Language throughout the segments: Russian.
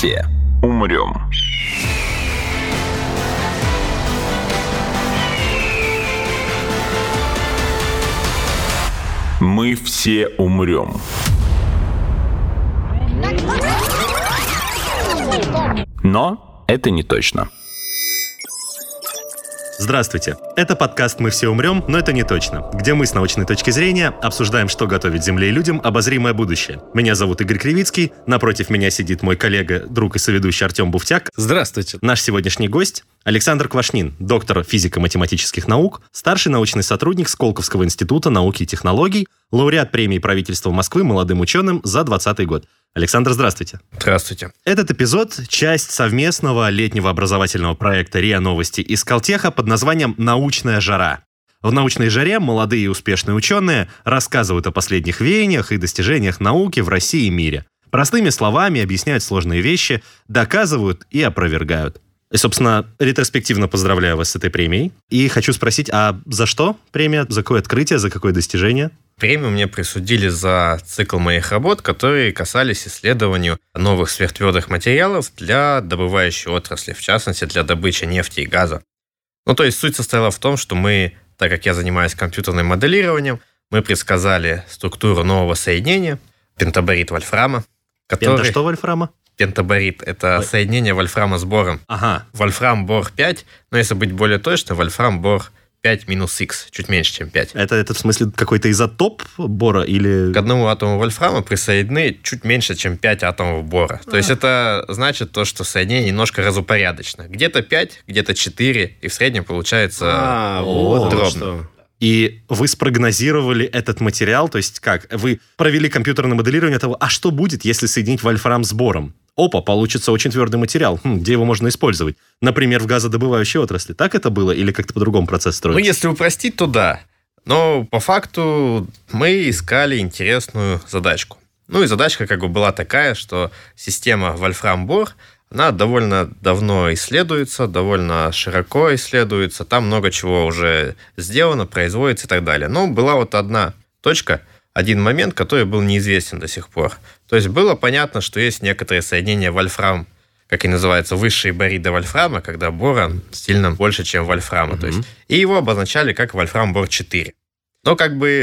все умрем. Мы все умрем. Но это не точно. Здравствуйте. Это подкаст «Мы все умрем, но это не точно», где мы с научной точки зрения обсуждаем, что готовит Земле и людям обозримое будущее. Меня зовут Игорь Кривицкий, напротив меня сидит мой коллега, друг и соведущий Артем Буфтяк. Здравствуйте. Наш сегодняшний гость – Александр Квашнин, доктор физико-математических наук, старший научный сотрудник Сколковского института науки и технологий, лауреат премии правительства Москвы молодым ученым за 2020 год. Александр, здравствуйте. Здравствуйте. Этот эпизод – часть совместного летнего образовательного проекта РИА Новости и Скалтеха под названием «Научная жара». В «Научной жаре» молодые и успешные ученые рассказывают о последних веяниях и достижениях науки в России и мире. Простыми словами объясняют сложные вещи, доказывают и опровергают. И, собственно, ретроспективно поздравляю вас с этой премией. И хочу спросить, а за что премия? За какое открытие, за какое достижение? Премию мне присудили за цикл моих работ, которые касались исследования новых сверхтвердых материалов для добывающей отрасли, в частности, для добычи нефти и газа. То есть суть состояла в том, что мы, так как я занимаюсь компьютерным моделированием, мы предсказали структуру нового соединения, пентаборид вольфрама. Пента что вольфрама? Пентаборид – это соединение вольфрама с бором. Ага. Вольфрам-бор-5, но если быть более точным, вольфрам-бор-5 минус Х, чуть меньше, чем 5. Это в смысле какой-то изотоп бора или... К одному атому вольфрама присоединены чуть меньше, чем 5 атомов бора. То есть это значит то, что соединение немножко разупорядочено. Где-то 5, где-то 4, и в среднем получается дробно. И вы спрогнозировали этот материал, то есть как? Вы провели компьютерное моделирование того, а что будет, если соединить вольфрам с бором? Опа, получится очень твердый материал. Где его можно использовать? Например, в газодобывающей отрасли. Так это было или как-то по-другому процесс строится? Если упростить, то да. Но по факту мы искали интересную задачку. И задачка была такая, что система вольфрам-бор, она довольно давно исследуется, довольно широко исследуется. Там много чего уже сделано, производится и так далее. Но была одна точка, один момент, который был неизвестен до сих пор. То есть было понятно, что есть некоторые соединения вольфрам, как и называется, высшие бориды вольфрама, когда борон сильно больше, чем вольфрама. То есть, и его обозначали как вольфрам-бор-4. Но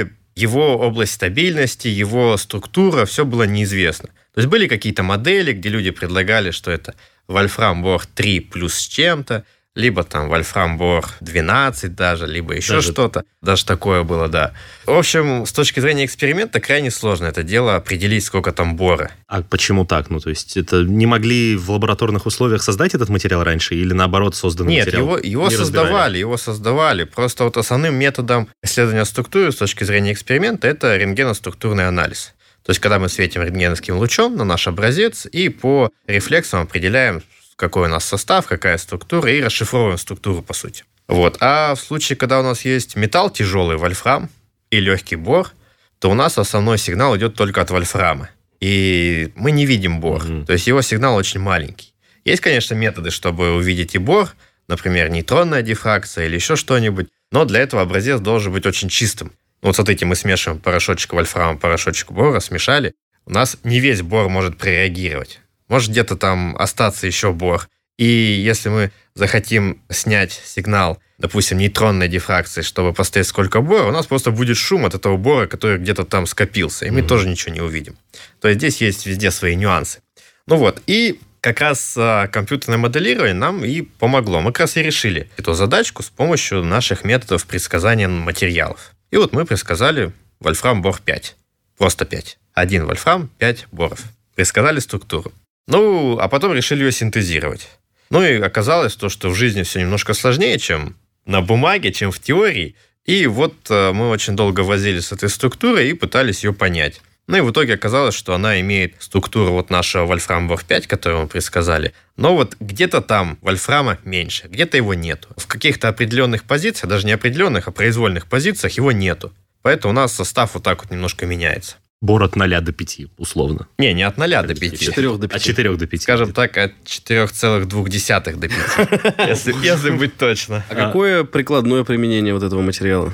его область стабильности, его структура, все было неизвестно. То есть были какие-то модели, где люди предлагали, что это вольфрам-бор-3 плюс с чем-то, либо там вольфрам-бор-12 даже, либо еще что-то. Даже такое было, да. В общем, с точки зрения эксперимента крайне сложно это дело определить, сколько там бора. А почему так? То есть это не могли в лабораторных условиях создать этот материал раньше или наоборот созданный материал? Нет, его создавали. Просто основным методом исследования структуры с точки зрения эксперимента это рентгеноструктурный анализ. То есть, когда мы светим рентгеновским лучом на наш образец и по рефлексам определяем, какой у нас состав, какая структура, и расшифровываем структуру, по сути. А в случае, когда у нас есть металл тяжелый, вольфрам, и легкий бор, то у нас основной сигнал идет только от вольфрама. И мы не видим бор. То есть, его сигнал очень маленький. Есть, конечно, методы, чтобы увидеть и бор, например, нейтронная дифракция или еще что-нибудь, но для этого образец должен быть очень чистым. Смотрите, мы смешиваем порошочек вольфрама, порошочек бора, смешали. У нас не весь бор может прореагировать. Может где-то там остаться еще бор. И если мы захотим снять сигнал, допустим, нейтронной дифракции, чтобы посмотреть, сколько бора, у нас просто будет шум от этого бора, который где-то там скопился, и мы тоже ничего не увидим. То есть здесь есть везде свои нюансы. И как раз компьютерное моделирование нам и помогло. Мы как раз и решили эту задачку с помощью наших методов предсказания материалов. И мы предсказали вольфрам-бор-5. Просто 5. 1 вольфрам, 5 боров. Предсказали структуру. А потом решили ее синтезировать. И оказалось то, что в жизни все немножко сложнее, чем на бумаге, чем в теории. И мы очень долго возились с этой структурой и пытались ее понять. И в итоге оказалось, что она имеет структуру нашего вольфрам-бор-5, которую мы предсказали. Но где-то там вольфрама меньше, где-то его нету. В каких-то определенных позициях, даже не определенных, а произвольных позициях его нету. Поэтому у нас состав немножко меняется. Бор от 0 до 5, условно. Не от 0 до 5. От 4 до 5. От 4 до 5. Скажем так, от 4,2 до 5, если быть точно. А какое прикладное применение этого материала?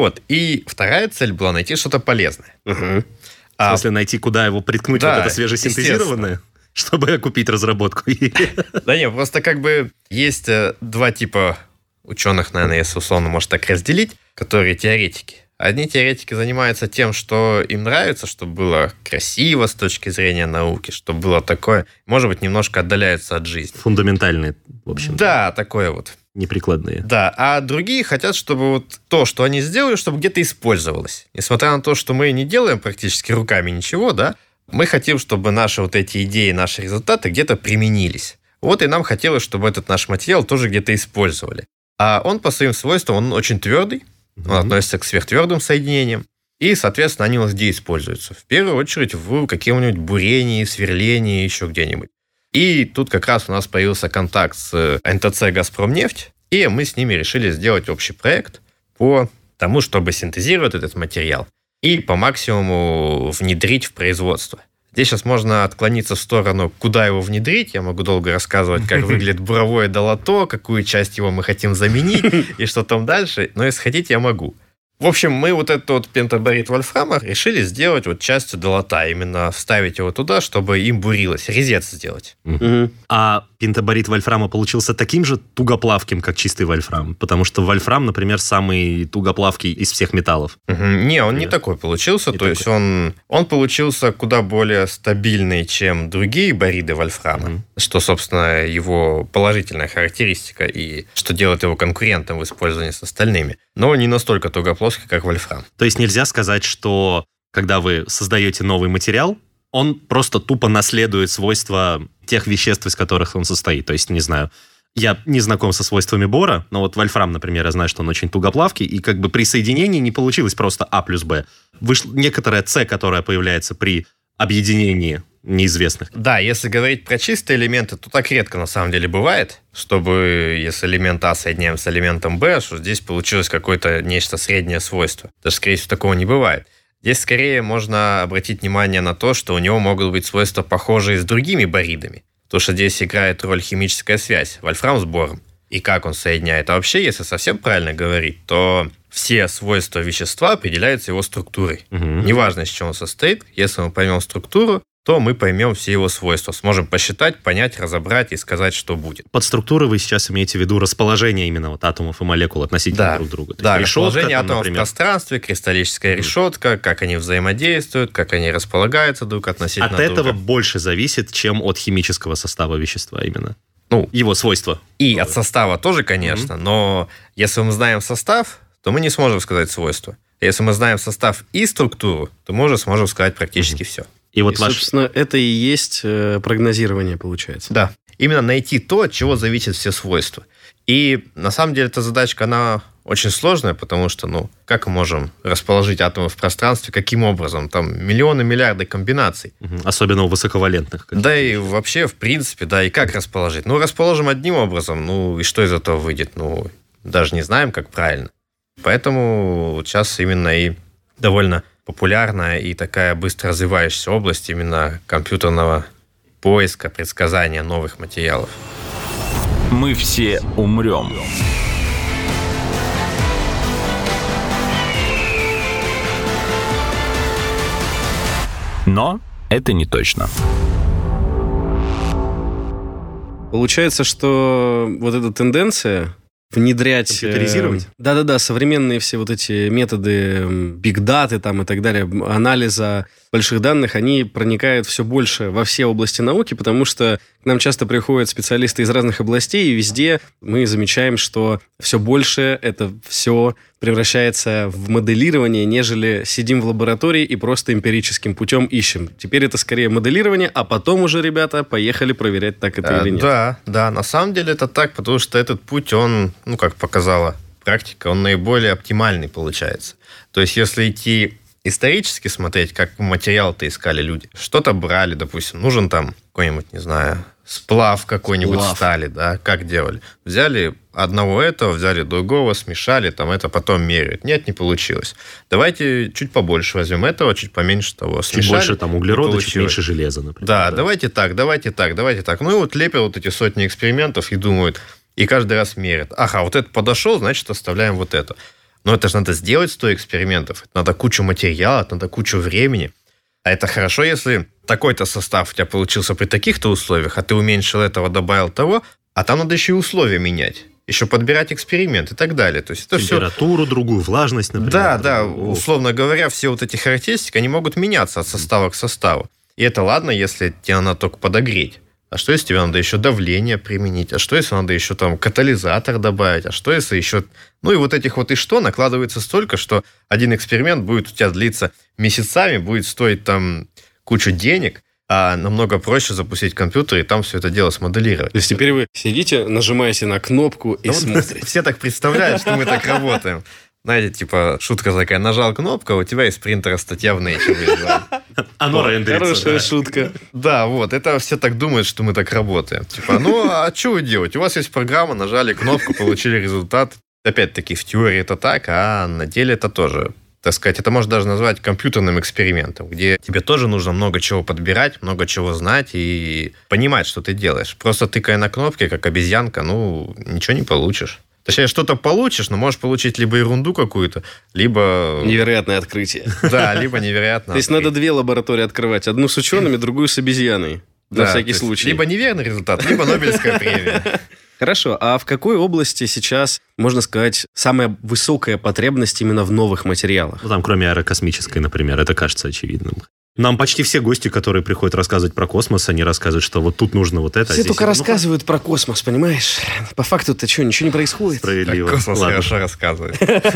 И вторая цель была найти что-то полезное. В смысле, найти, куда его приткнуть, это свежесинтезированное? чтобы окупить разработку. Да нет, просто как бы есть два типа ученых, наверное, если условно можно так разделить, которые теоретики. Одни теоретики занимаются тем, что им нравится, чтобы было красиво с точки зрения науки, чтобы было такое, может быть, немножко отдаляются от жизни. Фундаментальные, в общем. Да, такое вот. Неприкладные. Да, а другие хотят, чтобы вот то, что они сделали, чтобы где-то использовалось. Несмотря на то, что мы не делаем практически руками ничего, да, мы хотим, чтобы наши вот эти идеи, наши результаты где-то применились. Вот и нам хотелось, чтобы этот наш материал тоже где-то использовали. А он по своим свойствам, он очень твердый, он относится к сверхтвердым соединениям, и, соответственно, они у нас где используются? В первую очередь в каком-нибудь бурении, сверлении, еще где-нибудь. И тут как раз у нас появился контакт с НТЦ «Газпромнефть», и мы с ними решили сделать общий проект по тому, чтобы синтезировать этот материал и по максимуму внедрить в производство. Здесь сейчас можно отклониться в сторону, куда его внедрить. Я могу долго рассказывать, как выглядит буровое долото, какую часть его мы хотим заменить и что там дальше. Но если хотите, я могу. В общем, мы вот этот вот пентаборид вольфрама решили сделать вот частью долота. Именно вставить его туда, чтобы им бурилось. Резец сделать. А пентаборид вольфрама получился таким же тугоплавким, как чистый вольфрам? Потому что вольфрам, например, самый тугоплавкий из всех металлов. Не, он не такой получился. То есть он получился куда более стабильный, чем другие бориды вольфрама. Что, собственно, его положительная характеристика и что делает его конкурентом в использовании с остальными. Но не настолько тугоплоский, как вольфрам. То есть нельзя сказать, что когда вы создаете новый материал, он просто тупо наследует свойства тех веществ, из которых он состоит. То есть, не знаю, я не знаком со свойствами бора, но вот вольфрам, например, я знаю, что он очень тугоплавкий, и как бы при соединении не получилось просто А плюс Б. Вышло некоторое С, которое появляется при объединении неизвестных. Да, если говорить про чистые элементы, то так редко на самом деле бывает, чтобы если элемент А соединяем с элементом Б, что здесь получилось какое-то нечто среднее свойство. Даже, скорее всего, такого не бывает. Здесь скорее можно обратить внимание на то, что у него могут быть свойства, похожие с другими боридами. Потому что здесь играет роль химическая связь. Вольфрам с бором. И как он соединяет. А вообще, если совсем правильно говорить, то все свойства вещества определяются его структурой. Неважно, из чего он состоит. Если мы поймем структуру, то мы поймем все его свойства. Сможем посчитать, понять, разобрать и сказать, что будет. Под структурой вы сейчас имеете в виду расположение именно вот атомов и молекул относительно друг друга. Да, расположение атомов в пространстве, кристаллическая решетка, как они взаимодействуют, как они располагаются друг относительно друга. От этого больше зависит, чем от химического состава вещества именно. Ну, его свойства. И от состава тоже, конечно, но если мы знаем состав, то мы не сможем сказать свойства. Если мы знаем состав и структуру, то мы уже сможем сказать практически все. И собственно, это и есть прогнозирование, получается. Да. Именно найти то, от чего зависят все свойства. И на самом деле эта задачка, она очень сложная, потому что, как мы можем расположить атомы в пространстве, каким образом? Там миллионы, миллиарды комбинаций. Особенно у высоковалентных. Да и вообще, в принципе, да, и как расположить? Расположим одним образом, и что из этого выйдет? Даже не знаем, как правильно. Поэтому сейчас именно и довольно популярная и такая быстро развивающаяся область именно компьютерного поиска, предсказания новых материалов. Мы все умрем. Но это не точно. Получается, что вот эта тенденция внедрять... Компьютеризировать? Да-да-да, современные все вот эти методы биг-даты там и так далее, анализа больших данных, они проникают все больше во все области науки, потому что к нам часто приходят специалисты из разных областей, и везде мы замечаем, что все больше это все превращается в моделирование, нежели сидим в лаборатории и просто эмпирическим путем ищем. Теперь это скорее моделирование, а потом уже, ребята, поехали проверять, так это или нет. Да, на самом деле это так, потому что этот путь, он, как показала практика, он наиболее оптимальный получается. То есть, если идти исторически смотреть, как материал-то искали люди, что-то брали, допустим, нужен там какой-нибудь, не знаю, сплав какой-нибудь стали, да, как делали? Взяли одного этого, взяли другого, смешали, там это потом меряют. Нет, не получилось. Давайте чуть побольше возьмем этого, чуть поменьше того. Смешали, чуть больше там углерода, чуть меньше железа, например. Да, давайте так. Ну и лепят вот эти сотни экспериментов и думают, и каждый раз мерят. Ага, вот это подошел, значит, оставляем вот это. Но это же надо сделать 100 экспериментов. Это надо кучу материала, это надо кучу времени. А это хорошо, если такой-то состав у тебя получился при таких-то условиях, а ты уменьшил этого, добавил того, а там надо еще и условия менять. Еще подбирать эксперимент и так далее. То есть это температуру, другую, влажность, например. Да, условно говоря, все вот эти характеристики, они могут меняться от состава к составу. И это ладно, если тебе надо только подогреть. А что, если тебе надо еще давление применить? А что, если надо еще там катализатор добавить? А что, если еще... Ну и вот этих вот и что накладывается столько, что один эксперимент будет у тебя длиться месяцами, будет стоить там кучу денег, а намного проще запустить компьютер и там все это дело смоделировать. То есть теперь вы сидите, нажимаете на кнопку и смотрите. Все так представляют, что мы так работаем. Знаете, типа, шутка такая, нажал кнопку, а у тебя из принтера статья в Nature вылезла. Оно рендерится. Хорошая шутка. Да, вот, это все так думают, что мы так работаем. Типа, а что вы делаете? У вас есть программа, нажали кнопку, получили результат. Опять-таки, в теории это так, а на деле это тоже, так сказать, это можно даже назвать компьютерным экспериментом, где тебе тоже нужно много чего подбирать, много чего знать и понимать, что ты делаешь. Просто тыкая на кнопки, как обезьянка, ничего не получишь. Точнее, что-то получишь, но можешь получить либо ерунду какую-то, либо... Невероятное открытие. Да, либо невероятное. То есть надо 2 лаборатории открывать. Одну с учеными, другую с обезьяной. На всякий случай. Либо неверный результат, либо Нобелевская премия. Хорошо, а в какой области сейчас, можно сказать, самая высокая потребность именно в новых материалах? Там, кроме аэрокосмической, например, это кажется очевидным. Нам почти все гости, которые приходят рассказывать про космос, они рассказывают, что вот тут нужно вот это. Все только рассказывают про космос, понимаешь? По факту-то что, ничего не происходит? Справедливо. Космос хорошо рассказывает.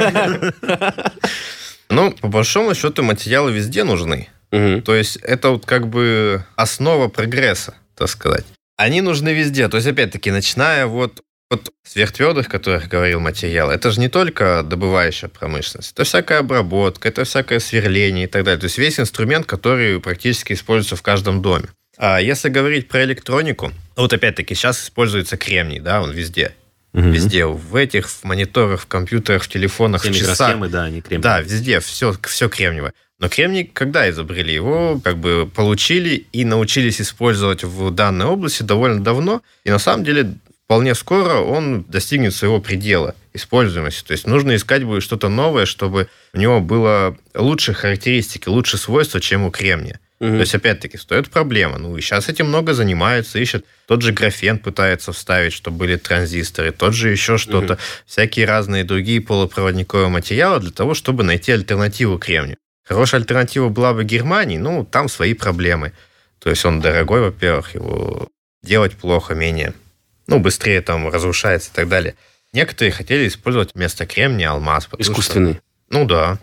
По большому счету, материалы везде нужны. То есть это вот как бы основа прогресса, так сказать. Они нужны везде. То есть, опять-таки, начиная вот сверхтвердых, о которых говорил материал, это же не только добывающая промышленность. Это всякая обработка, это всякое сверление и так далее. То есть весь инструмент, который практически используется в каждом доме. А если говорить про электронику, вот опять-таки сейчас используется кремний, да, он везде. Везде, в мониторах, в компьютерах, в телефонах, в часах. Микросхемы, да, они кремниевые. Да, везде, все кремниевое. Но кремний когда изобрели? Его как бы получили и научились использовать в данной области довольно давно. И на самом деле вполне скоро он достигнет своего предела используемости. То есть нужно искать будет что-то новое, чтобы у него было лучшие характеристики, лучшие свойства, чем у кремния. То есть, опять-таки, стоит проблема. И сейчас этим много занимаются, ищут. Тот же графен пытается вставить, чтобы были транзисторы, тот же еще что-то. Всякие разные другие полупроводниковые материалы для того, чтобы найти альтернативу кремнию. Хорошая альтернатива была бы Германии, там свои проблемы. То есть он дорогой, во-первых, его делать плохо, менее, быстрее там разрушается и так далее. Некоторые хотели использовать вместо кремния алмаз. Искусственный. Да.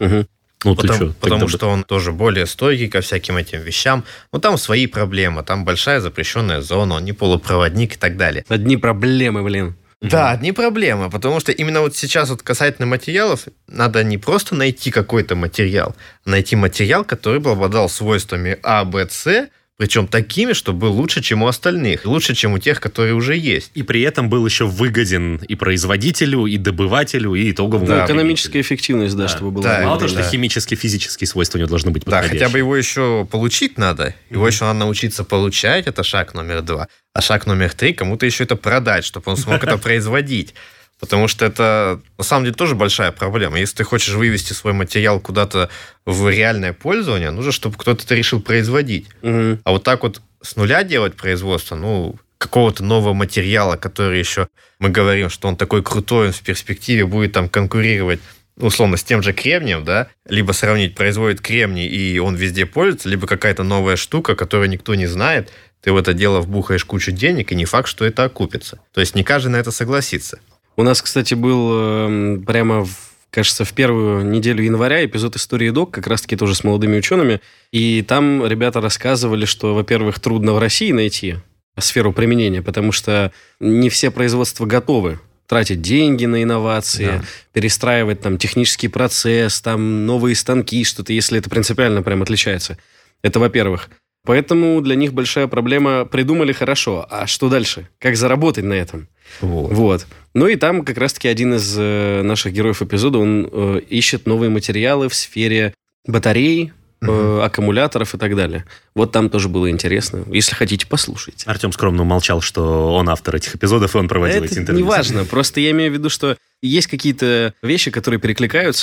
Потому что он тоже более стойкий ко всяким этим вещам. Там свои проблемы, там большая запрещенная зона, он не полупроводник и так далее. Одни проблемы, блин. Да, одни проблемы, потому что именно вот сейчас касательно материалов надо не просто найти какой-то материал, а найти материал, который бы обладал свойствами А, Б, С, причем такими, чтобы был лучше, чем у остальных, лучше, чем у тех, которые уже есть. И при этом был еще выгоден и производителю, и добывателю, и итоговому. Экономическая эффективность, чтобы была. Да, мало того, что химические, физические свойства у него должны быть подходящие. Да, хотя бы его еще получить надо, его еще надо научиться получать, это шаг номер 2. А шаг номер 3, кому-то еще это продать, чтобы он смог это производить. Потому что это, на самом деле, тоже большая проблема. Если ты хочешь вывести свой материал куда-то в реальное пользование, нужно, чтобы кто-то это решил производить. А вот так вот с нуля делать производство, какого-то нового материала, который еще, мы говорим, что он такой крутой, он в перспективе будет там конкурировать, условно, с тем же кремнием, да, либо сравнить, производит кремний, и он везде пользуется, либо какая-то новая штука, которую никто не знает, ты в это дело вбухаешь кучу денег, и не факт, что это окупится. То есть не каждый на это согласится. У нас, кстати, был кажется, в первую неделю января эпизод «Истории док», как раз-таки тоже с молодыми учеными. И там ребята рассказывали, что, во-первых, трудно в России найти сферу применения, потому что не все производства готовы тратить деньги на инновации, перестраивать там технический процесс, там новые станки, что-то, если это принципиально прям отличается. Это во-первых. Поэтому для них большая проблема. Придумали хорошо, а что дальше? Как заработать на этом? Вот. И там как раз-таки один из наших героев эпизода, он ищет новые материалы в сфере батарей, аккумуляторов и так далее. Вот там тоже было интересно. Если хотите, послушайте. Артем скромно умолчал, что он автор этих эпизодов, и он проводил эти интервью. Это не важно. Просто я имею в виду, что есть какие-то вещи, которые перекликаются.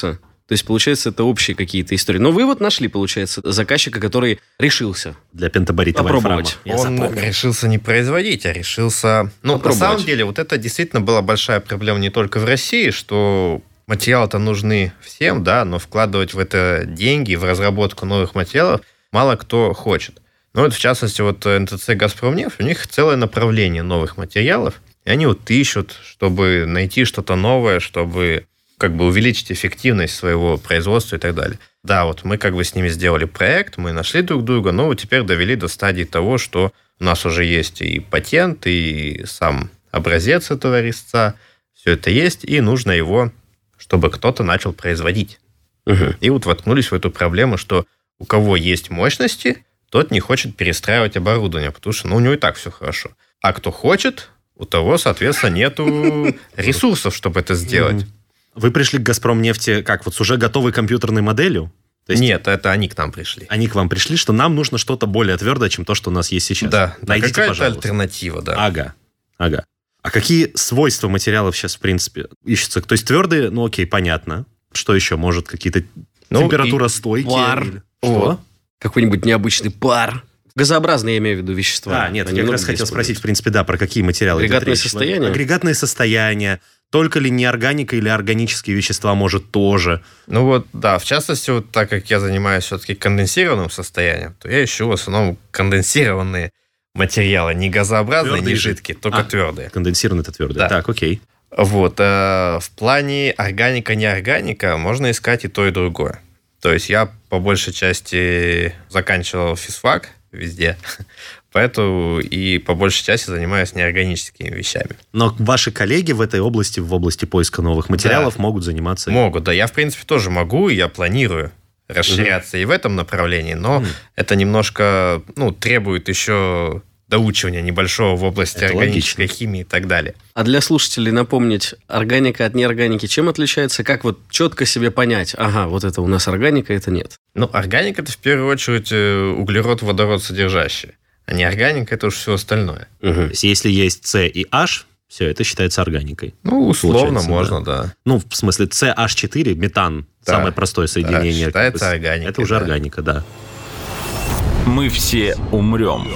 То есть, получается, это общие какие-то истории. Но вы вот нашли, получается, заказчика, который решился. Для пентабаритового Попробовать. вольфрама. Он решился не производить, а решился... Ну, на самом деле, вот это действительно была большая проблема не только в России, что материалы-то нужны всем, да, но вкладывать в это деньги, в разработку новых материалов мало кто хочет. Ну, вот в частности, вот НТЦ «Газпромнефть», у них целое направление новых материалов, и они вот ищут, чтобы найти что-то новое, чтобы как бы увеличить эффективность своего производства и так далее. Да, вот мы как бы с ними сделали проект, мы нашли друг друга, но вот теперь довели до стадии того, что у нас уже есть и патент, и сам образец этого резца, все это есть, и нужно его, чтобы кто-то начал производить. И вот воткнулись в эту проблему, что у кого есть мощности, тот не хочет перестраивать оборудование, потому что у него и так все хорошо. А кто хочет, у того, соответственно, нету ресурсов, чтобы это сделать. Вы пришли к «Газпромнефти» как, вот с уже готовой компьютерной моделью? То есть Нет, это они к нам пришли. Они к вам пришли, что нам нужно что-то более твердое, чем то, что у нас есть сейчас. Да, Найдите, какая-то пожалуйста. альтернатива, да. Ага. А какие свойства материалов сейчас, в принципе, ищутся? То есть твердые, ну окей, понятно. Что еще? Может, какие-то температура стойкие? пар. Что? Какой-нибудь необычный пар. Газообразные, я имею в виду, вещества. Нет, Они я как много раз где хотел спросить, используются. в принципе, да, про какие материалы идет Агрегатные речь. состояния? Агрегатные состояния. Только ли неорганика или органические вещества, может, тоже? Ну вот, да, в частности, вот так как я занимаюсь все-таки конденсированным состоянием, то я ищу в основном конденсированные материалы, не газообразные, Твердые не же. жидкие, только твердые. Конденсированный — это твердый. Да. Так, окей. Вот, в плане органика-неорганика можно искать и то, и другое. То есть я по большей части заканчивал физфак везде, поэтому и по большей части занимаюсь неорганическими вещами. Но ваши коллеги в этой области, в области поиска новых материалов, могут заниматься... Могут, да. Я, в принципе, тоже могу, и я планирую расширяться и в этом направлении, но это немножко требует еще доучивания небольшого в области Это органической логично. химии и так далее. А для слушателей напомнить, органика от неорганики чем отличается? Как вот четко себе понять, ага, вот это у нас органика, это нет? Ну, органика – это в первую очередь углерод, водород содержащий. А неорганика – это уж все остальное. То есть, если есть С и H, все, это считается органикой. Ну, условно Получается, можно, да. Ну, в смысле, CH4, метан, Да. самое простое соединение. Да, считается как бы, органикой, Это уже да. органика, да. Мы все умрем.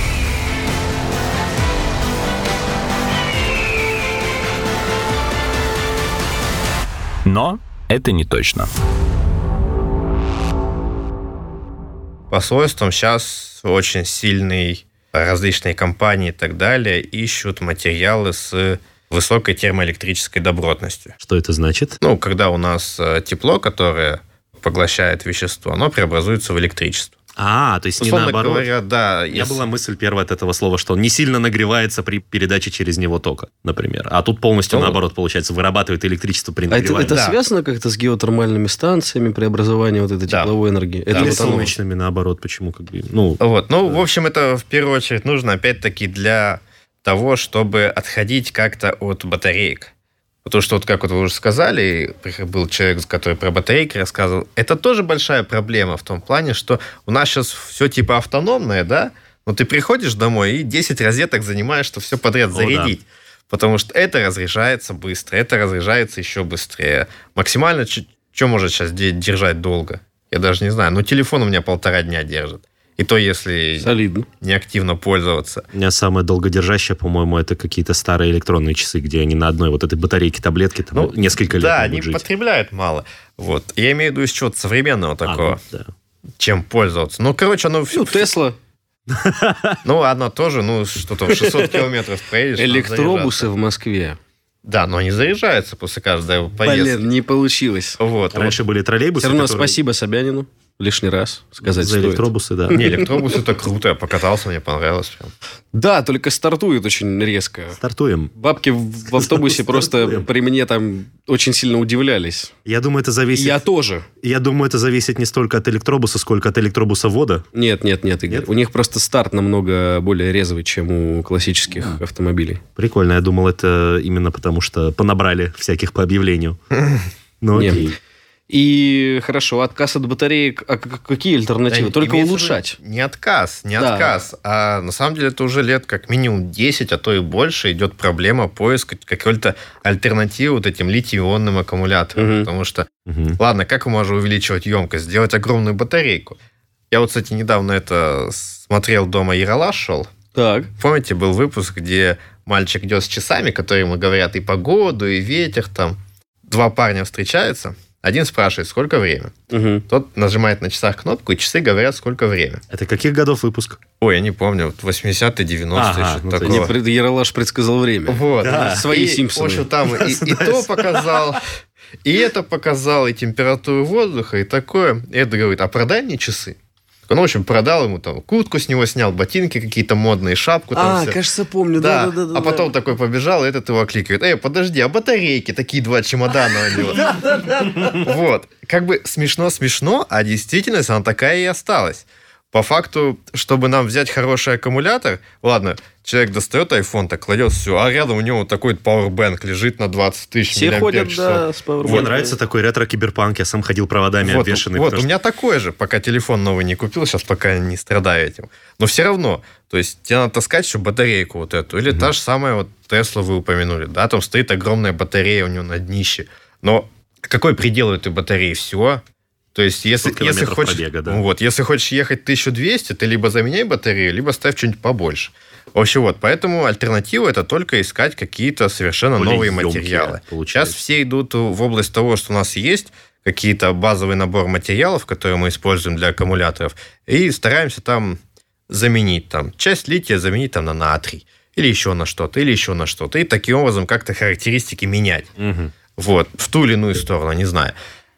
Но это не точно. По свойствам сейчас очень сильный различные компании и так далее ищут материалы с высокой термоэлектрической добротностью. Что это значит? Ну, когда у нас тепло, которое поглощает вещество, оно преобразуется в электричество. То есть не Условно наоборот. говоря, да. У меня была мысль первая от этого слова, что он не сильно нагревается при передаче через него тока, например. А тут полностью наоборот, получается, вырабатывает электричество при А это нагревании. Да. связано как-то с геотермальными станциями, преобразованием вот этой Да. тепловой энергии? Это Или вот оно. солнечными, наоборот, почему? Вот. Ну, в общем, это в первую очередь нужно, опять-таки, для того, чтобы отходить как-то от батареек. Потому что, вот как вот вы уже сказали, был человек, который про батарейки рассказывал, это тоже большая проблема в том плане, что у нас сейчас все типа автономное, да? Но ты приходишь домой и 10 розеток занимаешь, что все подряд зарядить. Потому что это разряжается быстро, это разряжается еще быстрее. Максимально, что может сейчас держать долго? Я даже не знаю. Но телефон у меня 1,5 дня держит. И то, если Солидно. неактивно пользоваться. У меня самое долгодержащее, по-моему, это какие-то старые электронные часы, где они на одной вот этой батарейке таблетки там, несколько лет Да, могут они жить. потребляют мало. Вот. Я имею в виду из чего-то современного такого, Да. чем пользоваться. Ну, короче, оно... Ну, Тесла, оно тоже, что-то в 600 километров проедешь. надо электробусы заряжаться. в Москве. Да, но они заряжаются после каждой поездки. Блин, не получилось. Вот. Раньше были троллейбусы, Все равно которые- спасибо Собянину. Лишний раз сказать за стоит. электробусы, да. Не, электробус это круто, я покатался, мне понравилось прям. Да, только стартует очень резко. Стартуем. Бабки в автобусе просто Стартуем. при мне там очень сильно удивлялись. Я думаю, это зависит... Я тоже. Я думаю, это зависит не столько от электробуса, сколько от электробусовода. Нет, Игорь. Нет? У них просто старт намного более резвый, чем у классических автомобилей. Прикольно. Я думал, это именно потому, что понабрали всяких по объявлению. Ну, Нет. окей. И хорошо, отказ от батареек, а какие альтернативы? Да, только улучшать. Не отказ, а на самом деле это уже лет как минимум 10, а то и больше идет проблема поиска какой-то альтернативы вот этим литий-ионным аккумуляторам. Потому что, ладно, как можно увеличивать емкость? Сделать огромную батарейку. Я вот, кстати, недавно это смотрел дома, Ералаш шел. Так. Помните, был выпуск, где мальчик идет с часами, которые ему говорят и погоду, и ветер там. Два парня встречаются. Один спрашивает, сколько время. Тот нажимает на часах кнопку, и часы говорят, сколько время. Это каких годов выпуск? Ой, я не помню, 80-е, 90-е, что-то такое. Ералаш предсказал время. Вот. Да. Свои Симпсоны. В общем, там и то показал, и это показал, и температуру воздуха, и такое. И это говорит, а продай мне часы. Он, в общем, продал ему там куртку с него снял, ботинки какие-то модные, шапку. Там все. Кажется, помню. Да. А потом такой побежал, и этот его окликивает. Подожди, а батарейки? Такие 2 чемодана у него. Вот. Как бы смешно, а действительность, она такая и осталась. По факту, чтобы нам взять хороший аккумулятор, ладно, человек достает iPhone, так кладет все, а рядом у него такой powerbank лежит на 20 тысяч все ходят, да, с powerbank. Мне нравится такой ретро-киберпанк, я сам ходил проводами обвешанный. Вот, у меня такой же, пока телефон новый не купил, сейчас пока не страдаю этим. Но все равно, то есть тебе надо таскать еще батарейку вот эту, или та же самая вот Tesla вы упомянули, да, там стоит огромная батарея у него на днище, но какой предел у этой батареи? Все. То есть, если хочешь, пробега, да. если хочешь ехать 1200, ты либо заменяй батарею, либо ставь что-нибудь побольше. В общем, поэтому альтернатива – это только искать какие-то совершенно более новые емкие, материалы. Получается. Сейчас все идут в область того, что у нас есть какие-то базовый набор материалов, которые мы используем для аккумуляторов, и стараемся там заменить часть лития заменить на натрий, или еще на что-то, и таким образом как-то характеристики менять. Вот, в ту или иную сторону, не знаю.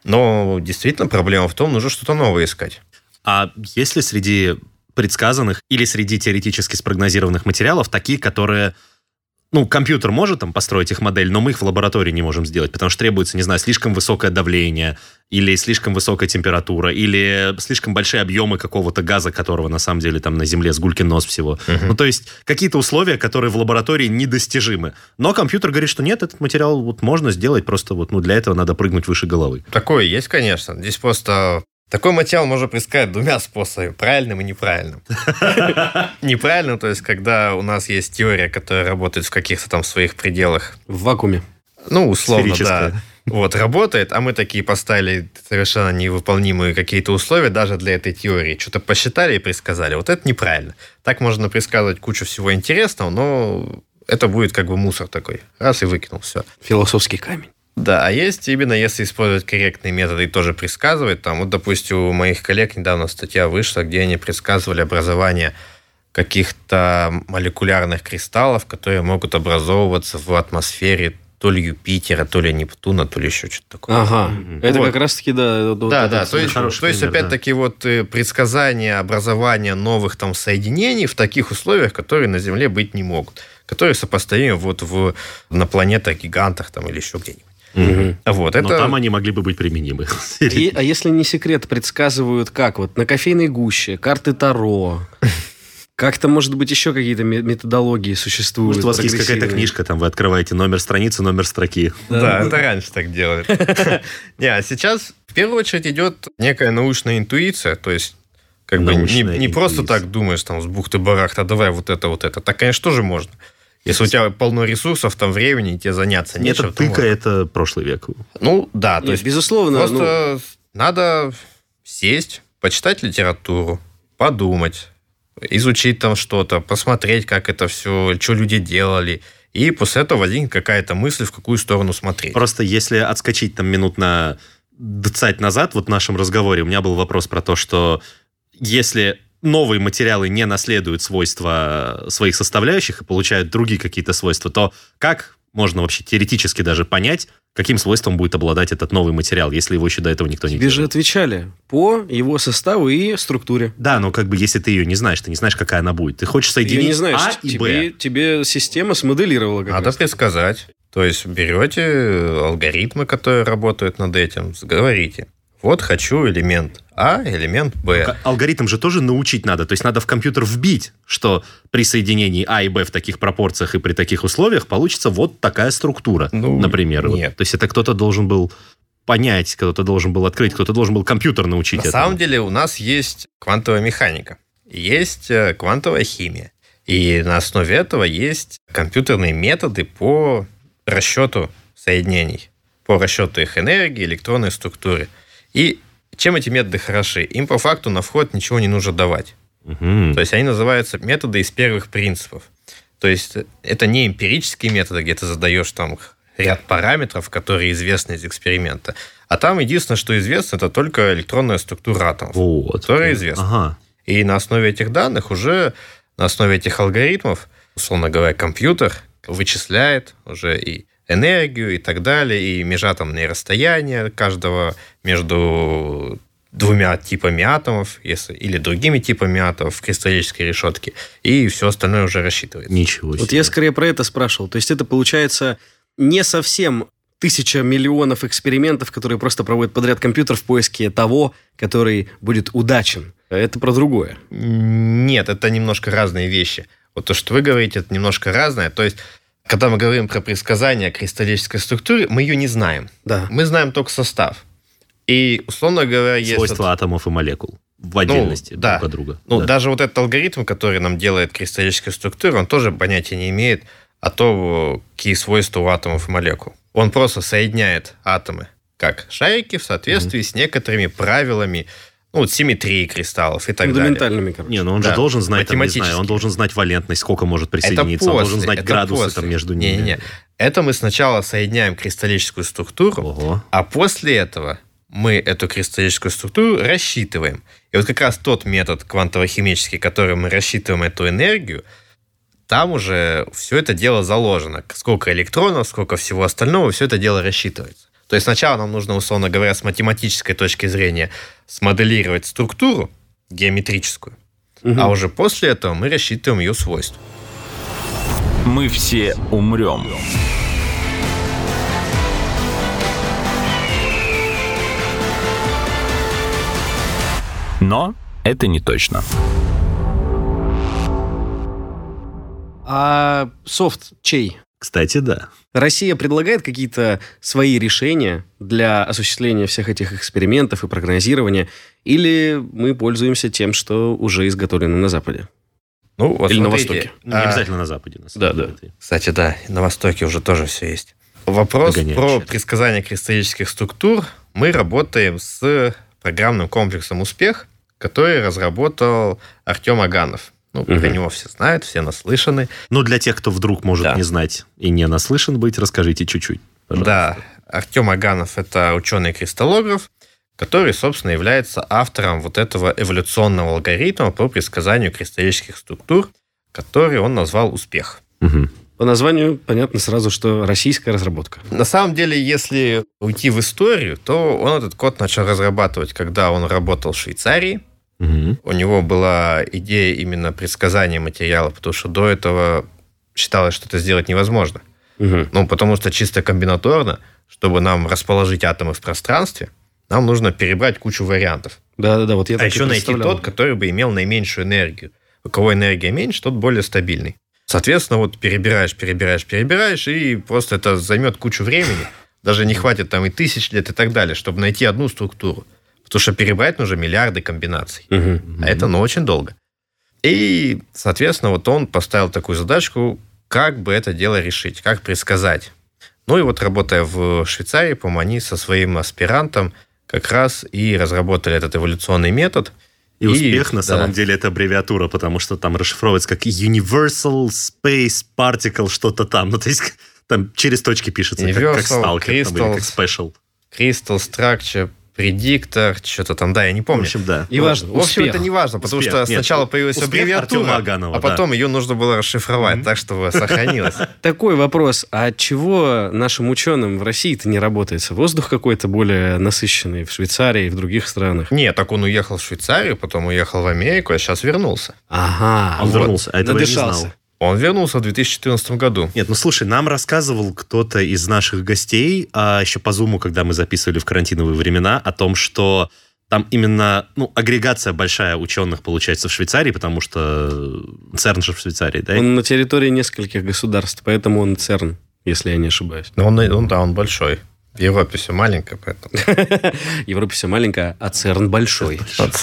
Но действительно проблема в том, нужно что-то новое искать. А есть ли среди предсказанных или среди теоретически спрогнозированных материалов такие, которые... компьютер может там построить их модель, но мы их в лаборатории не можем сделать, потому что требуется, не знаю, слишком высокое давление, или слишком высокая температура, или слишком большие объемы какого-то газа, которого на самом деле там на Земле сгулькин нос всего. То есть какие-то условия, которые в лаборатории недостижимы. Но компьютер говорит, что нет, этот материал можно сделать, просто для этого надо прыгнуть выше головы. Такое есть, конечно. Здесь просто... Такой материал можно предсказать 2 способами, правильным и неправильным. Неправильным, то есть, когда у нас есть теория, которая работает в каких-то там своих пределах. В вакууме. Условно, да. Работает, а мы такие поставили совершенно невыполнимые какие-то условия даже для этой теории. Что-то посчитали и предсказали. Вот это неправильно. Так можно предсказывать кучу всего интересного, но это будет как бы мусор такой. Раз и выкинул, все. Философский камень. Да, а есть именно, если использовать корректные методы и тоже предсказывать. Допустим, у моих коллег недавно статья вышла, где они предсказывали образование каких-то молекулярных кристаллов, которые могут образовываться в атмосфере то ли Юпитера, то ли Нептуна, то ли еще что-то такое. Ага. Это как раз-таки, да. Да. То есть опять-таки, предсказание образования новых соединений в таких условиях, которые на Земле быть не могут, которые сопоставимы на планетах-гигантах или еще где-нибудь. Но там они могли бы быть применимы. А если не секрет, предсказывают как? На кофейной гуще, карты Таро. Как-то, может быть, еще какие-то методологии существуют. Может, у вас есть какая-то книжка, вы открываете номер страницы, номер строки. Да, это раньше так делали. А сейчас в первую очередь идет некая научная интуиция, то есть не просто так думаешь, с бухты-барахта, давай вот это. Так, конечно, тоже можно. Если у тебя полно ресурсов, времени, тебе заняться нечем. Это тыка, это прошлый век. Да. То есть, безусловно. Просто надо сесть, почитать литературу, подумать, изучить что-то, посмотреть, как это все, что люди делали. И после этого возникнет какая-то мысль, в какую сторону смотреть. Просто если отскочить минут на 20 назад, в нашем разговоре, у меня был вопрос про то, что если... новые материалы не наследуют свойства своих составляющих и получают другие какие-то свойства, то как можно вообще теоретически даже понять, каким свойством будет обладать этот новый материал, если его еще до этого никто не делал? Тебе же отвечали по его составу и структуре. Да, но если ты ее не знаешь, ты не знаешь, какая она будет. Ты хочешь соединить не знаешь, А и Б. Тебе система смоделировала. Надо предсказать. То есть берете алгоритмы, которые работают над этим, говорите. Хочу элемент А, элемент Б. Алгоритм же тоже научить надо. То есть надо в компьютер вбить, что при соединении А и Б в таких пропорциях и при таких условиях получится вот такая структура, например. Нет. То есть это кто-то должен был понять, кто-то должен был открыть, кто-то должен был компьютер научить этому. На самом деле у нас есть квантовая механика, есть квантовая химия. И на основе этого есть компьютерные методы по расчету соединений, по расчету их энергии, электронной структуры. И чем эти методы хороши? Им по факту на вход ничего не нужно давать. То есть они называются методы из первых принципов. То есть это не эмпирические методы, где ты задаешь там ряд параметров, которые известны из эксперимента. А там единственное, что известно, это только электронная структура атомов, которая известна. Ага. И на основе этих данных уже, на основе этих алгоритмов, условно говоря, компьютер вычисляет уже и энергию и так далее, и межатомные расстояния каждого между двумя типами атомов, или другими типами атомов в кристаллической решетке, и все остальное уже рассчитывается. Ничего себе. Вот я скорее про это спрашивал. То есть это получается не совсем 1000 миллионов экспериментов, которые просто проводит подряд компьютер в поиске того, который будет удачен. Это про другое. Нет, это немножко разные вещи. Вот то, что вы говорите, это немножко разное. То есть, когда мы говорим про предсказание кристаллической структуры, мы ее не знаем. Да. Мы знаем только состав. И, условно говоря, есть... Свойства атомов и молекул в отдельности друг от друга. Даже вот этот алгоритм, который нам делает кристаллическую структуру, он тоже понятия не имеет о том, какие свойства у атомов и молекул. Он просто соединяет атомы как шарики в соответствии с некоторыми правилами, симметрии кристаллов и так далее. Фундаментальными, короче. Не, он же должен знать, он должен знать валентность, сколько может присоединиться, он должен знать градусы там между ними. Не. Это мы сначала соединяем кристаллическую структуру, а после этого мы эту кристаллическую структуру рассчитываем. И вот как раз тот метод квантово-химический, которым мы рассчитываем эту энергию, там уже все это дело заложено. Сколько электронов, сколько всего остального, все это дело рассчитывается. То есть сначала нам нужно, условно говоря, с математической точки зрения смоделировать структуру геометрическую, а уже после этого мы рассчитываем ее свойства. Мы все умрем. Но это не точно. А софт чей? Кстати, да. Россия предлагает какие-то свои решения для осуществления всех этих экспериментов и прогнозирования, или мы пользуемся тем, что уже изготовлено на Западе? Вот или на Востоке? Не обязательно на Западе. Да. Кстати, да, на Востоке уже тоже все есть. Вопрос про предсказание кристаллических структур. Мы работаем с программным комплексом «Успех», который разработал Артем Аганов. Про него все знают, все наслышаны. Но для тех, кто вдруг может не знать и не наслышан быть, расскажите чуть-чуть, пожалуйста. Да, Артем Аганов – это ученый-кристаллограф, который, собственно, является автором вот этого эволюционного алгоритма по предсказанию кристаллических структур, который он назвал «Успех». По названию понятно сразу, что российская разработка. На самом деле, если уйти в историю, то он этот код начал разрабатывать, когда он работал в Швейцарии. У него была идея именно предсказания материала, потому что до этого считалось, что это сделать невозможно. Потому что чисто комбинаторно, чтобы нам расположить атомы в пространстве, нам нужно перебрать кучу вариантов. Да, вот я так и еще найти тот, который бы имел наименьшую энергию. У кого энергия меньше, тот более стабильный. Соответственно, перебираешь, и просто это займет кучу времени. Даже не хватит там и 1000 лет и так далее, чтобы найти одну структуру. Потому что перебрать нужно миллиарды комбинаций. А это, очень долго. И, соответственно, вот он поставил такую задачку, как бы это дело решить, как предсказать. И вот, работая в Швейцарии, по-моему, они со своим аспирантом как раз и разработали этот эволюционный метод. И успех, на самом деле, это аббревиатура, потому что там расшифровывается как Universal Space Particle, что-то там. То есть там через точки пишется, Universal, как Stalker, Crystal, или как Special. Crystal Structure, Предиктор, что-то там, я не помню. В общем, да. Неважно. В общем, это не важно, потому что сначала появилась аббревиатура, Аганова, а потом ее нужно было расшифровать, так, чтобы сохранилось. Такой вопрос. А чего нашим ученым в России-то не работается? Воздух какой-то более насыщенный в Швейцарии и в других странах? Нет, так он уехал в Швейцарию, потом уехал в Америку, а сейчас вернулся. Ага. Он вернулся, а этого я не знал. Он вернулся в 2014 году. Нет, слушай, нам рассказывал кто-то из наших гостей, еще по Зуму, когда мы записывали в карантиновые времена, о том, что там именно агрегация большая ученых получается в Швейцарии, потому что ЦЕРН же в Швейцарии, да? Он на территории нескольких государств, поэтому он ЦЕРН, если я не ошибаюсь. Он большой. В Европе все маленькое, поэтому... В Европе все маленькое, а ЦЕРН большой.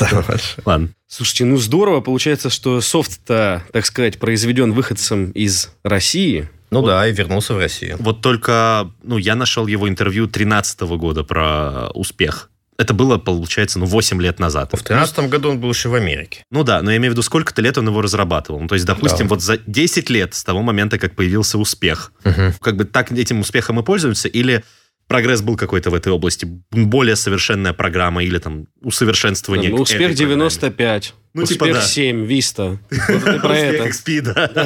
Ладно. Слушайте, ну здорово. Получается, что софт-то, так сказать, произведен выходцем из России. Ну да, и вернулся в Россию. Вот только, я нашел его интервью 2013 года про успех. Это было, получается, 8 лет назад. В 2013 году он был еще в Америке. Ну да, но я имею в виду, сколько-то лет он его разрабатывал. То есть, допустим, вот за 10 лет с того момента, как появился успех, как бы так этим успехом и пользуемся, или прогресс был какой-то в этой области, более совершенная программа, или там усовершенствование. Успех 95, успех 7, Vista. Вот это про это. Успех XP,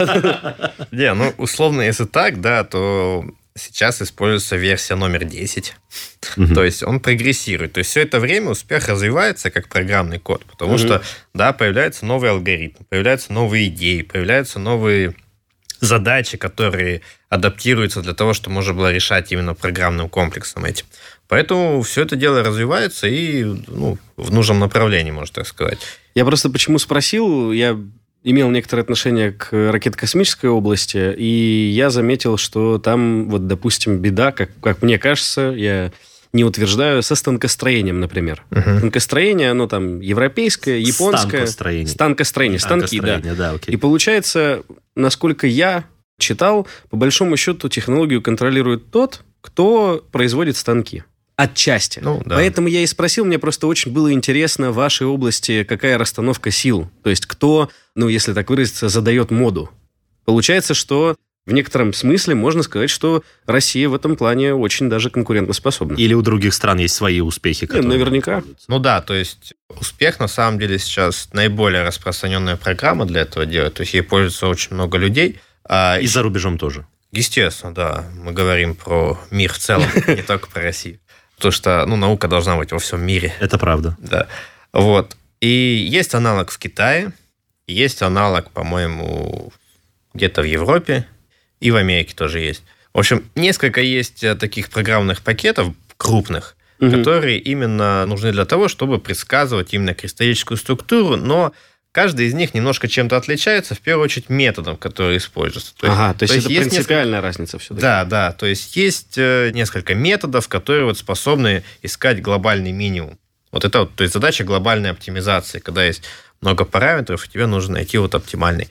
да. Не, условно, если так, да, то... Сейчас используется версия номер 10. То есть он прогрессирует. То есть все это время успех развивается как программный код. Потому что, да, появляются новые алгоритмы, появляются новые идеи, появляются новые задачи, которые адаптируются для того, чтобы можно было решать именно программным комплексом этим. Поэтому все это дело развивается и в нужном направлении, можно так сказать. Я просто почему спросил, я имел некоторое отношение к ракетно-космической области, и я заметил, что там, вот, допустим, беда, как мне кажется, я не утверждаю, со станкостроением, например. Станкостроение, оно там европейское, японское. Станкостроение. Станки, да. Окей. И получается, насколько я читал, по большому счету технологию контролирует тот, кто производит станки. Отчасти. Да. Поэтому я и спросил, мне просто очень было интересно в вашей области, какая расстановка сил. То есть кто, если так выразиться, задает моду. Получается, что в некотором смысле можно сказать, что Россия в этом плане очень даже конкурентоспособна. Или у других стран есть свои успехи. Наверняка. То есть успех на самом деле сейчас наиболее распространенная программа для этого дела. То есть ей пользуется очень много людей. И за рубежом тоже. Естественно, да. Мы говорим про мир в целом, не только про Россию. Потому что, наука должна быть во всем мире. Это правда. Да. Вот. И есть аналог в Китае, есть аналог, по-моему, где-то в Европе, и в Америке тоже есть. В общем, несколько есть таких программных пакетов крупных, которые именно нужны для того, чтобы предсказывать именно кристаллическую структуру, но каждый из них немножко чем-то отличается, в первую очередь методом, который используется. То есть это принципиальная разница все-таки. Да. То есть есть несколько методов, которые способны искать глобальный минимум. Вот это то есть задача глобальной оптимизации, когда есть много параметров, и тебе нужно найти оптимальный.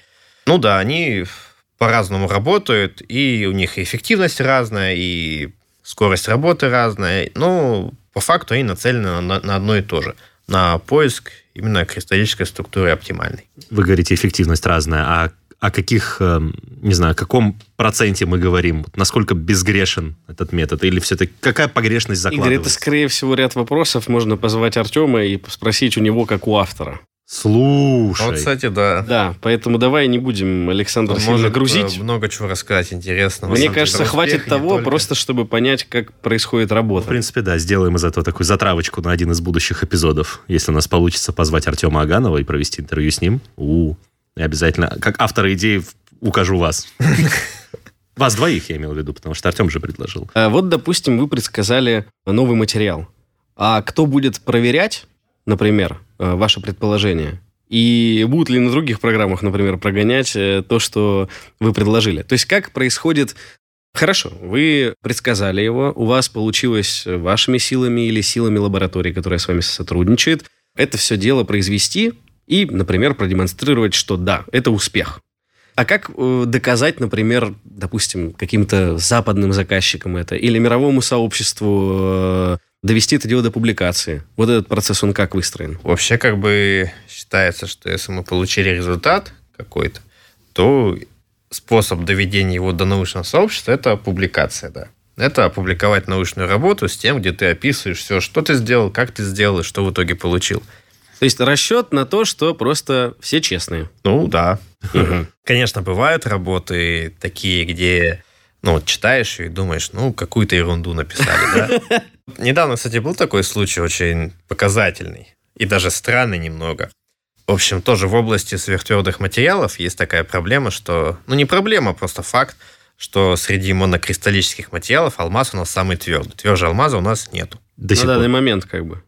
Они по-разному работают, и у них и эффективность разная, и скорость работы разная. Но по факту они нацелены на одно и то же. На поиск именно кристаллической структуры оптимальной. Вы говорите, эффективность разная. А о каком проценте мы говорим? Насколько безгрешен этот метод? Или все-таки какая погрешность закладывается? Игорь, это, скорее всего, ряд вопросов. Можно позвать Артема и спросить у него, как у автора. Слушай. Кстати, да. Да, поэтому давай не будем Александра сильно грузить. Много чего рассказать интересного. Мне кажется, хватит того, просто чтобы понять, как происходит работа. В принципе, да, сделаем из этого такую затравочку на один из будущих эпизодов. Если у нас получится позвать Артема Аганова и провести интервью с ним. И обязательно, как автора идеи, укажу вас. Вас двоих, я имел в виду, потому что Артем же предложил. Вот, допустим, вы предсказали новый материал. А кто будет проверять, например, ваше предположение? И будут ли на других программах, например, прогонять то, что вы предложили? То есть как происходит... Хорошо, вы предсказали его, у вас получилось вашими силами или силами лаборатории, которая с вами сотрудничает, это все дело произвести и, например, продемонстрировать, что да, это успех. А как доказать, например, допустим, каким-то западным заказчикам это или мировому сообществу довести это дело до публикации? Вот этот процесс, он как выстроен? Вообще, считается, что если мы получили результат какой-то, то способ доведения его до научного сообщества – это публикация, да. Это опубликовать научную работу с тем, где ты описываешь все, что ты сделал, как ты сделал и что в итоге получил. То есть расчет на то, что просто все честные. Да. Конечно, бывают работы такие, где читаешь и думаешь, какую-то ерунду написали, да? Недавно, кстати, был такой случай очень показательный и даже странный немного. В общем, тоже в области сверхтвердых материалов есть такая проблема, что... не проблема, а просто факт, что среди монокристаллических материалов алмаз у нас самый твердый. Тверже алмаза у нас нету. На данный момент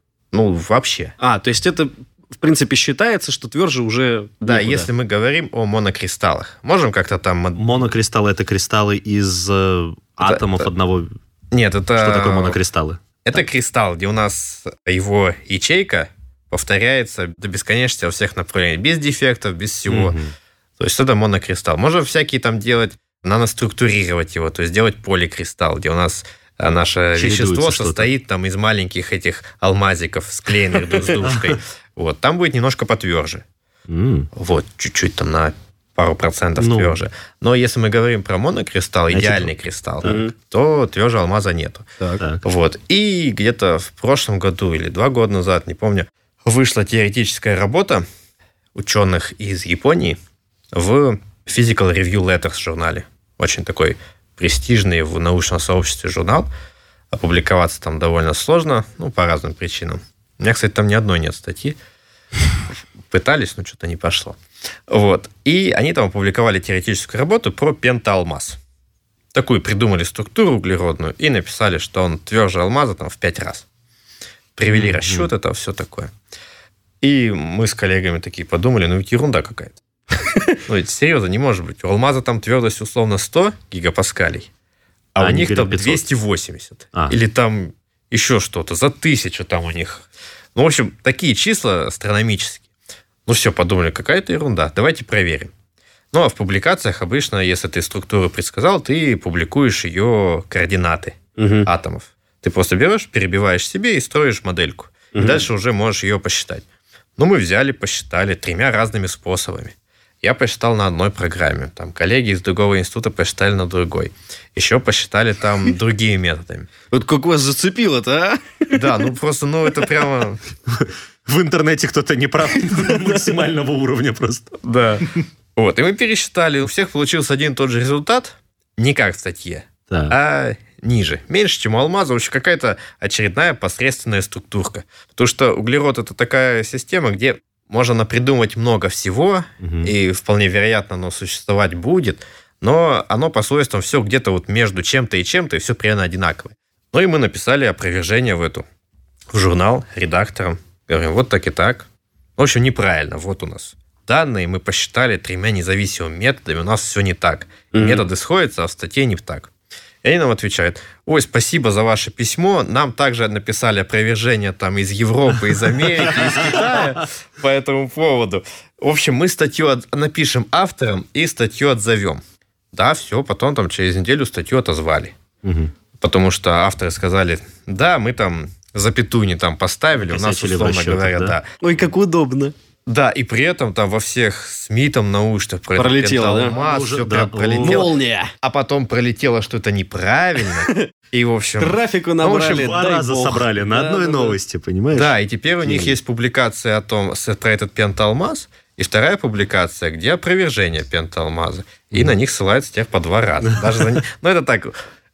вообще. То есть это, в принципе, считается, что тверже уже... Да, если мы говорим о монокристаллах. Можем как-то там... Монокристаллы – это кристаллы из атомов одного... Нет, это... Что такое монокристаллы? Это кристалл, где у нас его ячейка повторяется до бесконечности во всех направлениях, без дефектов, без всего. То есть это монокристалл. Можно всякие там делать, наноструктурировать его, то есть делать поликристалл, где у нас наше вещество состоит там из маленьких этих алмазиков, склеенных друг с дружкой. Вот, там будет немножко потверже. Вот, чуть-чуть там на пару процентов тверже. Но если мы говорим про монокристалл, идеальный кристалл, то тверже алмаза нету. Вот. И где-то в прошлом году или 2 года назад, не помню, вышла теоретическая работа ученых из Японии в Physical Review Letters журнале. Очень такой престижный в научном сообществе журнал. Опубликоваться там довольно сложно, по разным причинам. У меня, кстати, там ни одной нет статьи. Пытались, но что-то не пошло. Вот. И они там опубликовали теоретическую работу про пентаалмаз. Такую придумали структуру углеродную и написали, что он тверже алмаза там в 5 раз. Привели расчет, это все такое. И мы с коллегами такие подумали, ведь ерунда какая-то. Ведь серьезно, не может быть. У алмаза там твердость условно 100 гигапаскалей, а у них там 280. Или там еще что-то, за 1000 там у них. В общем, такие числа астрономические. Все, подумали, какая-то ерунда, давайте проверим. А в публикациях обычно, если ты структуру предсказал, ты публикуешь ее координаты атомов. Ты просто берешь, перебиваешь себе и строишь модельку. И дальше уже можешь ее посчитать. Мы взяли, посчитали 3 разными способами. Я посчитал на одной программе. Там коллеги из другого института посчитали на другой. Еще посчитали там другими методами. Вот как вас зацепило-то, а? Да, просто, это прямо... В интернете кто-то не прав максимального уровня просто. Да. Вот, и мы пересчитали. У всех получился один и тот же результат. Не как в статье, а ниже. Меньше, чем у алмаза. В общем, какая-то очередная посредственная структурка. Потому что углерод – это такая система, где можно напридумывать много всего, и вполне вероятно оно существовать будет, но оно по свойствам все где-то между чем-то и чем-то, и все примерно одинаковое. И мы написали опровержение в журнал редакторам. Говорим, вот так и так. В общем, неправильно. Вот у нас данные, мы посчитали 3 независимыми методами, у нас все не так. Методы сходятся, а в статье не так. И они нам отвечают, спасибо за ваше письмо, нам также написали опровержение там из Европы, из Америки, из Китая по этому поводу. В общем, мы статью напишем авторам и статью отзовем. Да, все, потом там через неделю статью отозвали. Потому что авторы сказали, да, мы там запятую не там поставили, у нас, условно говоря, да. Ой, как удобно. Да, и при этом там во всех СМИ там научных пролетело, да? Все прям пролетело. Молния. А потом пролетело, что это неправильно. И, в общем... Трафику набрали, 2 раза собрали на одной новости, понимаешь? Да, и теперь у них есть публикация про этот пентаалмаз, и вторая публикация, где опровержение пентаалмаза. И на них ссылаются теперь по 2 раза. Даже это так...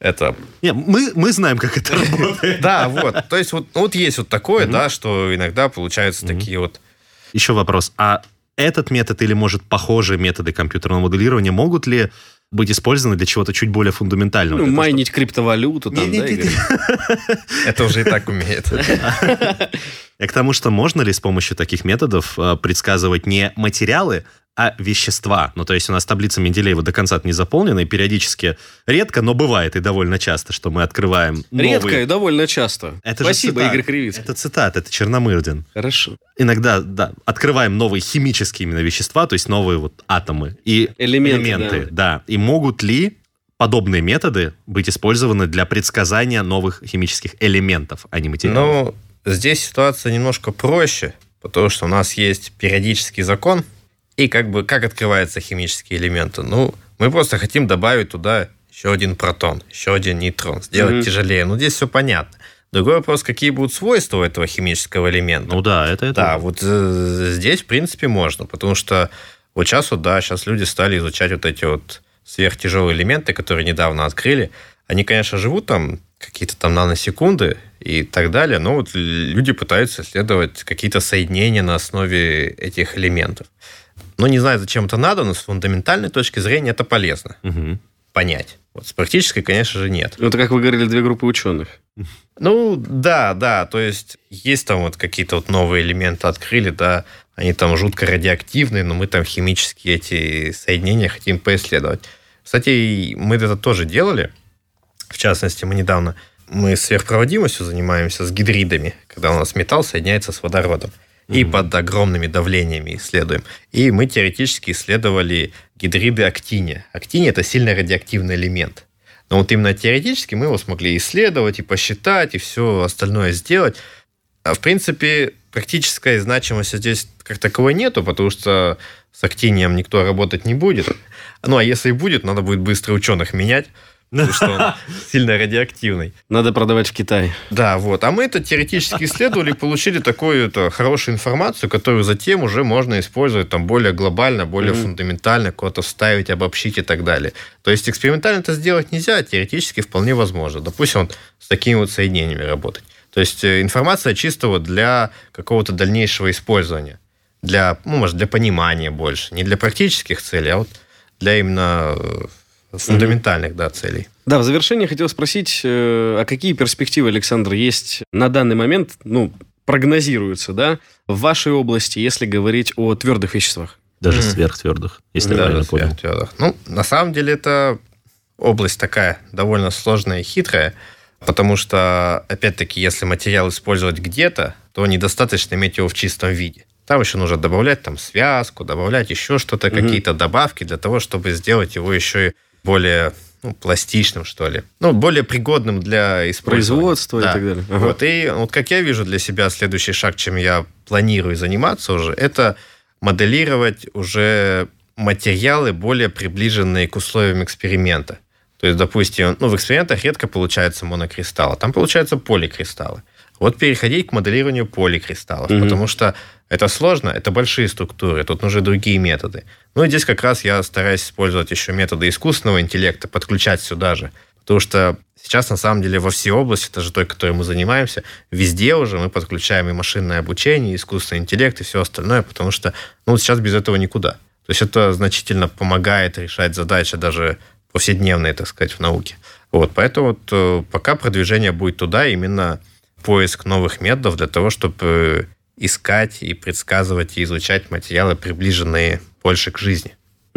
Мы знаем, как это работает. Да, вот. То есть вот есть такое, да, что иногда получаются такие Еще вопрос. А этот метод или, может, похожие методы компьютерного моделирования могут ли быть использованы для чего-то чуть более фундаментального? Майнить криптовалюту там, да, Игорь? Это уже и так умеет. Я к тому, что можно ли с помощью таких методов предсказывать не материалы, а вещества. То есть у нас таблица Менделеева до конца не заполнена, и периодически редко, но бывает и довольно часто, что мы открываем новые... Редко и довольно часто. Спасибо, Игорь Кривицкий. Это цитата, это Черномырдин. Хорошо. Иногда, да, открываем новые химические именно вещества, то есть новые атомы и элементы. Да. И могут ли подобные методы быть использованы для предсказания новых химических элементов, а не материалов? Здесь ситуация немножко проще, потому что у нас есть периодический закон, и как открываются химические элементы. Мы просто хотим добавить туда еще один протон, еще один нейтрон, сделать тяжелее. Здесь все понятно. Другой вопрос, какие будут свойства у этого химического элемента. Это. Да, здесь, в принципе, можно, потому что сейчас люди стали изучать эти сверхтяжелые элементы, которые недавно открыли. Они, конечно, живут там какие-то там наносекунды и так далее, но люди пытаются исследовать какие-то соединения на основе этих элементов. Не знаю, зачем это надо, но с фундаментальной точки зрения это полезно понять. С практической, конечно же, нет. Это, как вы говорили, 2 группы ученых. Да. То есть там какие-то новые элементы открыли, да, они там жутко радиоактивные, но мы там химические эти соединения хотим поисследовать. Кстати, мы это тоже делали. В частности, мы недавно мы сверхпроводимостью занимаемся, с гидридами, когда у нас металл соединяется с водородом. И под огромными давлениями исследуем. И мы теоретически исследовали гидриды актиния. Актиний – это сильно радиоактивный элемент. Но вот именно теоретически мы его смогли исследовать и посчитать, и все остальное сделать. А в принципе, практической значимости здесь как таковой нету, потому что с актинием никто работать не будет. Ну, а если и будет, надо будет быстро ученых менять, потому что он сильно радиоактивный. Надо продавать в Китай. Да, вот. А мы это теоретически исследовали и получили такую хорошую информацию, которую затем уже можно использовать там более глобально, более фундаментально, куда-то вставить, обобщить и так далее. То есть экспериментально это сделать нельзя, а теоретически вполне возможно. Допустим, вот с такими вот соединениями работать. То есть информация чисто вот для какого-то дальнейшего использования. Для, может, для понимания больше. Не для практических целей, а вот для именно фундаментальных целей. Да, в завершение хотел спросить, а какие перспективы, Александр, есть на данный момент, прогнозируются, да, в вашей области, если говорить о твердых веществах? Даже сверхтвердых, если я правильно понял. Ну, на самом деле, это область такая довольно сложная и хитрая, потому что, опять-таки, если материал использовать где-то, то недостаточно иметь его в чистом виде. Там еще нужно добавлять связку, добавлять еще что-то, какие-то добавки для того, чтобы сделать его еще и более пластичным, что ли. Более пригодным для использования. Производства и так далее. Ага. Вот, и вот как я вижу для себя следующий шаг, чем я планирую заниматься уже, это моделировать уже материалы, более приближенные к условиям эксперимента. То есть, допустим, в экспериментах редко получаются монокристаллы, там получаются поликристаллы. Вот переходить к моделированию поликристаллов, потому что это сложно, это большие структуры, тут нужны другие методы. И здесь как раз я стараюсь использовать еще методы искусственного интеллекта, подключать сюда же. Потому что сейчас, на самом деле, во всей области, это же той, которой мы занимаемся, везде уже мы подключаем и машинное обучение, и искусственный интеллект, и все остальное, потому что сейчас без этого никуда. То есть это значительно помогает решать задачи даже повседневные, так сказать, в науке. Вот, поэтому пока продвижение будет туда, именно поиск новых методов для того, чтобы искать и предсказывать и изучать материалы, приближенные больше к жизни.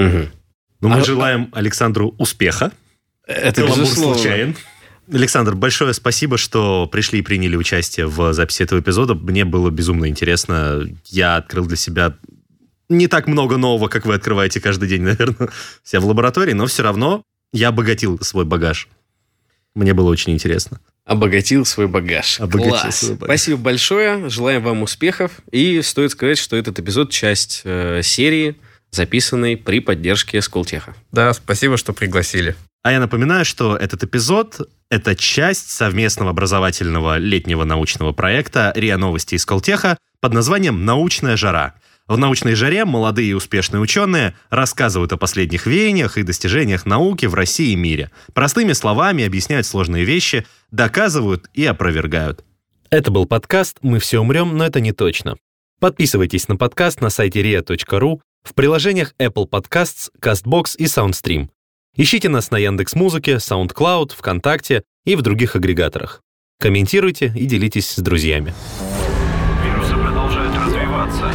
Мы желаем Александру успеха. Это безусловно. Случайен. Александр, большое спасибо, что пришли и приняли участие в записи этого эпизода. Мне было безумно интересно. Я открыл для себя не так много нового, как вы открываете каждый день, наверное, себя в лаборатории, но все равно я обогатил свой багаж. Мне было очень интересно. Обогатил свой багаж. Класс. Спасибо большое. Желаем вам успехов. И стоит сказать, что этот эпизод – часть серии, записанной при поддержке Сколтеха. Да, спасибо, что пригласили. А я напоминаю, что этот эпизод – это часть совместного образовательного летнего научного проекта РИА Новости из Сколтеха под названием «Научная жара». В «Научной жаре» молодые и успешные ученые рассказывают о последних веяниях и достижениях науки в России и мире. Простыми словами объясняют сложные вещи, доказывают и опровергают. Это был подкаст «Мы все умрем, но это не точно». Подписывайтесь на подкаст на сайте ria.ru, в приложениях Apple Podcasts, CastBox и SoundStream. Ищите нас на Яндекс.Музыке, SoundCloud, ВКонтакте и в других агрегаторах. Комментируйте и делитесь с друзьями. Вирусы продолжают развиваться.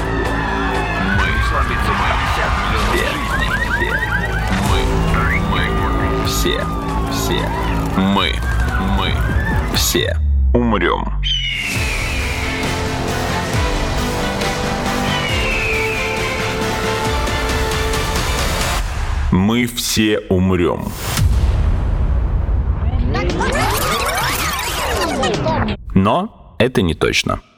Мы все умрем. Мы все умрем. Но это не точно.